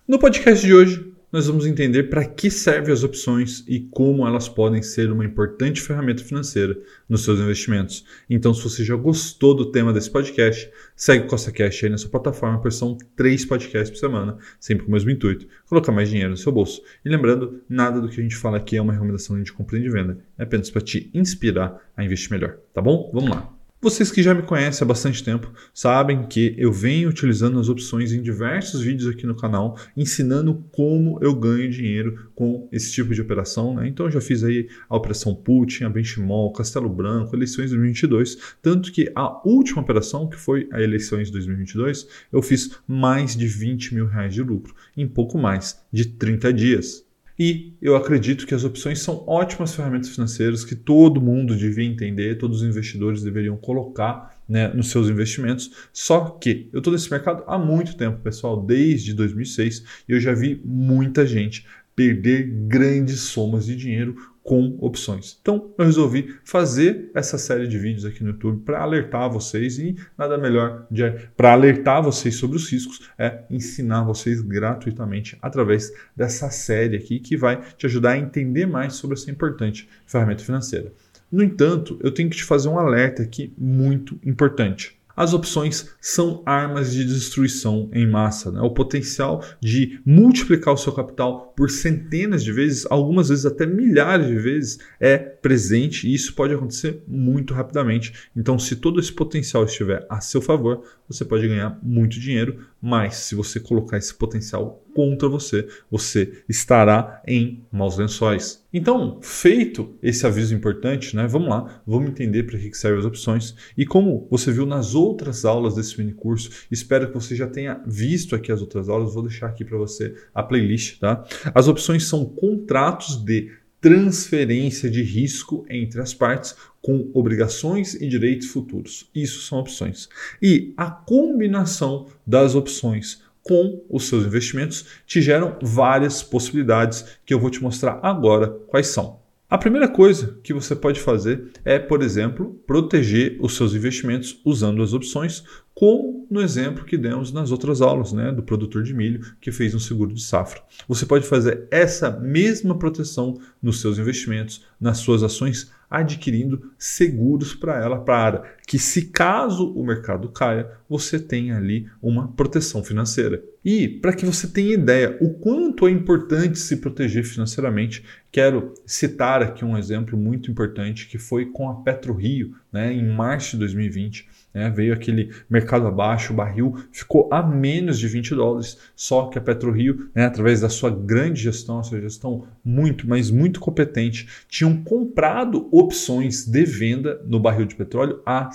No podcast de hoje, nós vamos entender para que servem as opções e como elas podem ser uma importante ferramenta financeira nos seus investimentos. Então, se você já gostou do tema desse podcast, segue o CostaCast aí na sua plataforma, pois são 3 podcasts por semana, sempre com o mesmo intuito, colocar mais dinheiro no seu bolso. E lembrando, nada do que a gente fala aqui é uma recomendação de compra e de venda, é apenas para te inspirar a investir melhor, tá bom? Vamos lá. Vocês que já me conhecem há bastante tempo sabem que eu venho utilizando as opções em diversos vídeos aqui no canal, ensinando como eu ganho dinheiro com esse tipo de operação, né? Então eu já fiz aí a operação Putin, a Benchimol, Castelo Branco, eleições de 2022, tanto que a última operação, que foi a eleições de 2022, eu fiz mais de R$20 mil de lucro em pouco mais de 30 dias. E eu acredito que as opções são ótimas ferramentas financeiras que todo mundo devia entender, todos os investidores deveriam colocar, né, nos seus investimentos. Só que eu estou nesse mercado há muito tempo, pessoal, desde 2006, e eu já vi muita gente perder grandes somas de dinheiro com opções. Então, eu resolvi fazer essa série de vídeos aqui no YouTube para alertar vocês, e nada melhor para alertar vocês sobre os riscos é ensinar vocês gratuitamente através dessa série aqui que vai te ajudar a entender mais sobre essa importante ferramenta financeira. No entanto, eu tenho que te fazer um alerta aqui muito importante. As opções são armas de destruição em massa, né? O potencial de multiplicar o seu capital por centenas de vezes, algumas vezes até milhares de vezes, é presente, e isso pode acontecer muito rapidamente. Então, se todo esse potencial estiver a seu favor, você pode ganhar muito dinheiro, mas se você colocar esse potencial contra você, você estará em maus lençóis. Então, feito esse aviso importante, né? Vamos lá, vamos entender para que servem as opções. E como você viu nas outras aulas desse mini curso, espero que você já tenha visto aqui as outras aulas, vou deixar aqui para você a playlist, tá? As opções são contratos de transferência de risco entre as partes com obrigações e direitos futuros. Isso são opções. E a combinação das opções com os seus investimentos te geram várias possibilidades que eu vou te mostrar agora quais são. A primeira coisa que você pode fazer é, por exemplo, proteger os seus investimentos usando as opções, como no exemplo que demos nas outras aulas, né, do produtor de milho que fez um seguro de safra. Você pode fazer essa mesma proteção nos seus investimentos, nas suas ações, adquirindo seguros para que, se caso o mercado caia, você tenha ali uma proteção financeira. E para que você tenha ideia o quanto é importante se proteger financeiramente, quero citar aqui um exemplo muito importante que foi com a PetroRio, né, em março de 2020. Veio aquele mercado abaixo, o barril ficou a menos de $20, só que a PetroRio, através da sua grande gestão, a sua gestão muito, mas muito competente, tinham comprado opções de venda no barril de petróleo a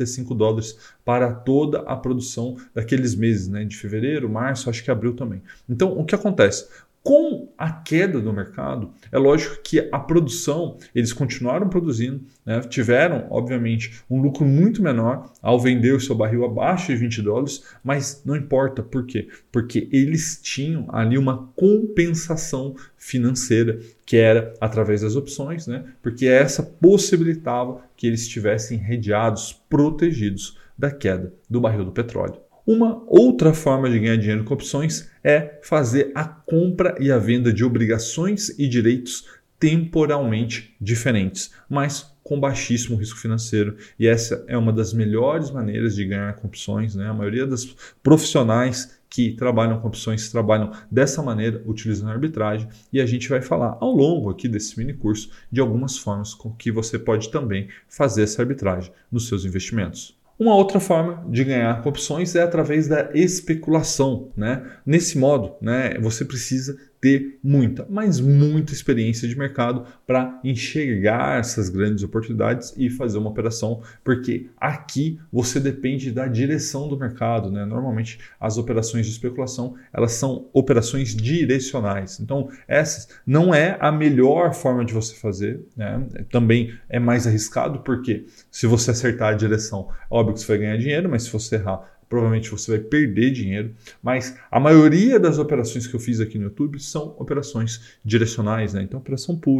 $65 para toda a produção daqueles meses, né, de fevereiro, março, acho que abril também. Então, o que acontece? Com a queda do mercado, é lógico que a produção, eles continuaram produzindo, né? Tiveram, obviamente, um lucro muito menor ao vender o seu barril abaixo de $20, mas não importa. Por quê? Porque eles tinham ali uma compensação financeira, que era através das opções, né? Porque essa possibilitava que eles estivessem redeados, protegidos da queda do barril do petróleo. Uma outra forma de ganhar dinheiro com opções é fazer a compra e a venda de obrigações e direitos temporalmente diferentes, mas com baixíssimo risco financeiro. E essa é uma das melhores maneiras de ganhar com opções, né? A maioria dos profissionais que trabalham com opções trabalham dessa maneira, utilizando a arbitragem, e a gente vai falar ao longo aqui desse mini curso de algumas formas com que você pode também fazer essa arbitragem nos seus investimentos. Uma outra forma de ganhar com opções é através da especulação, né? Nesse modo, né, você precisa ter muita, mas muita experiência de mercado para enxergar essas grandes oportunidades e fazer uma operação, porque aqui você depende da direção do mercado, né? Normalmente as operações de especulação, elas são operações direcionais. Então, essas não é a melhor forma de você fazer, né? Também é mais arriscado, porque se você acertar a direção, óbvio que você vai ganhar dinheiro, mas se você errar, provavelmente você vai perder dinheiro, mas a maioria das operações que eu fiz aqui no YouTube são operações direcionais, né? Então, operação put,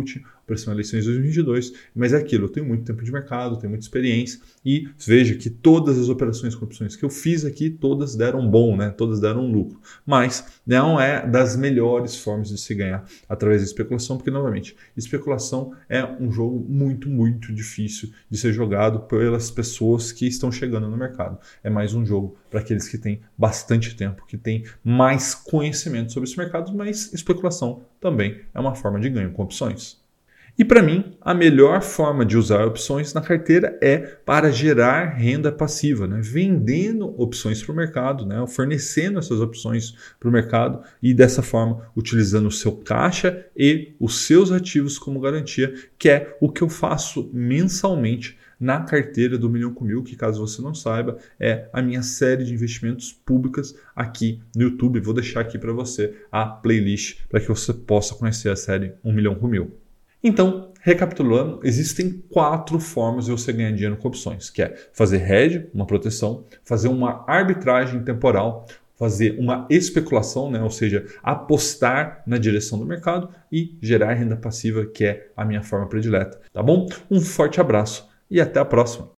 para as eleições de 2022, mas é aquilo, eu tenho muito tempo de mercado, tenho muita experiência e veja que todas as operações com opções que eu fiz aqui, todas deram bom, né? Todas deram lucro, mas não é das melhores formas de se ganhar através da especulação, porque novamente, especulação é um jogo muito, muito difícil de ser jogado pelas pessoas que estão chegando no mercado. É mais um jogo para aqueles que têm bastante tempo, que têm mais conhecimento sobre esse mercado, mas especulação também é uma forma de ganho com opções. E para mim, a melhor forma de usar opções na carteira é para gerar renda passiva, né? Vendendo opções para o mercado, né? Fornecendo essas opções para o mercado e dessa forma utilizando o seu caixa e os seus ativos como garantia, que é o que eu faço mensalmente na carteira do Milhão com Mil, que caso você não saiba, é a minha série de investimentos públicas aqui no YouTube. Vou deixar aqui para você a playlist para que você possa conhecer a série 1 Milhão com Mil. Então, recapitulando, existem 4 formas de você ganhar dinheiro com opções, que é fazer hedge, uma proteção, fazer uma arbitragem temporal, fazer uma especulação, né? Ou seja, apostar na direção do mercado e gerar renda passiva, que é a minha forma predileta, tá bom? Um forte abraço e até a próxima!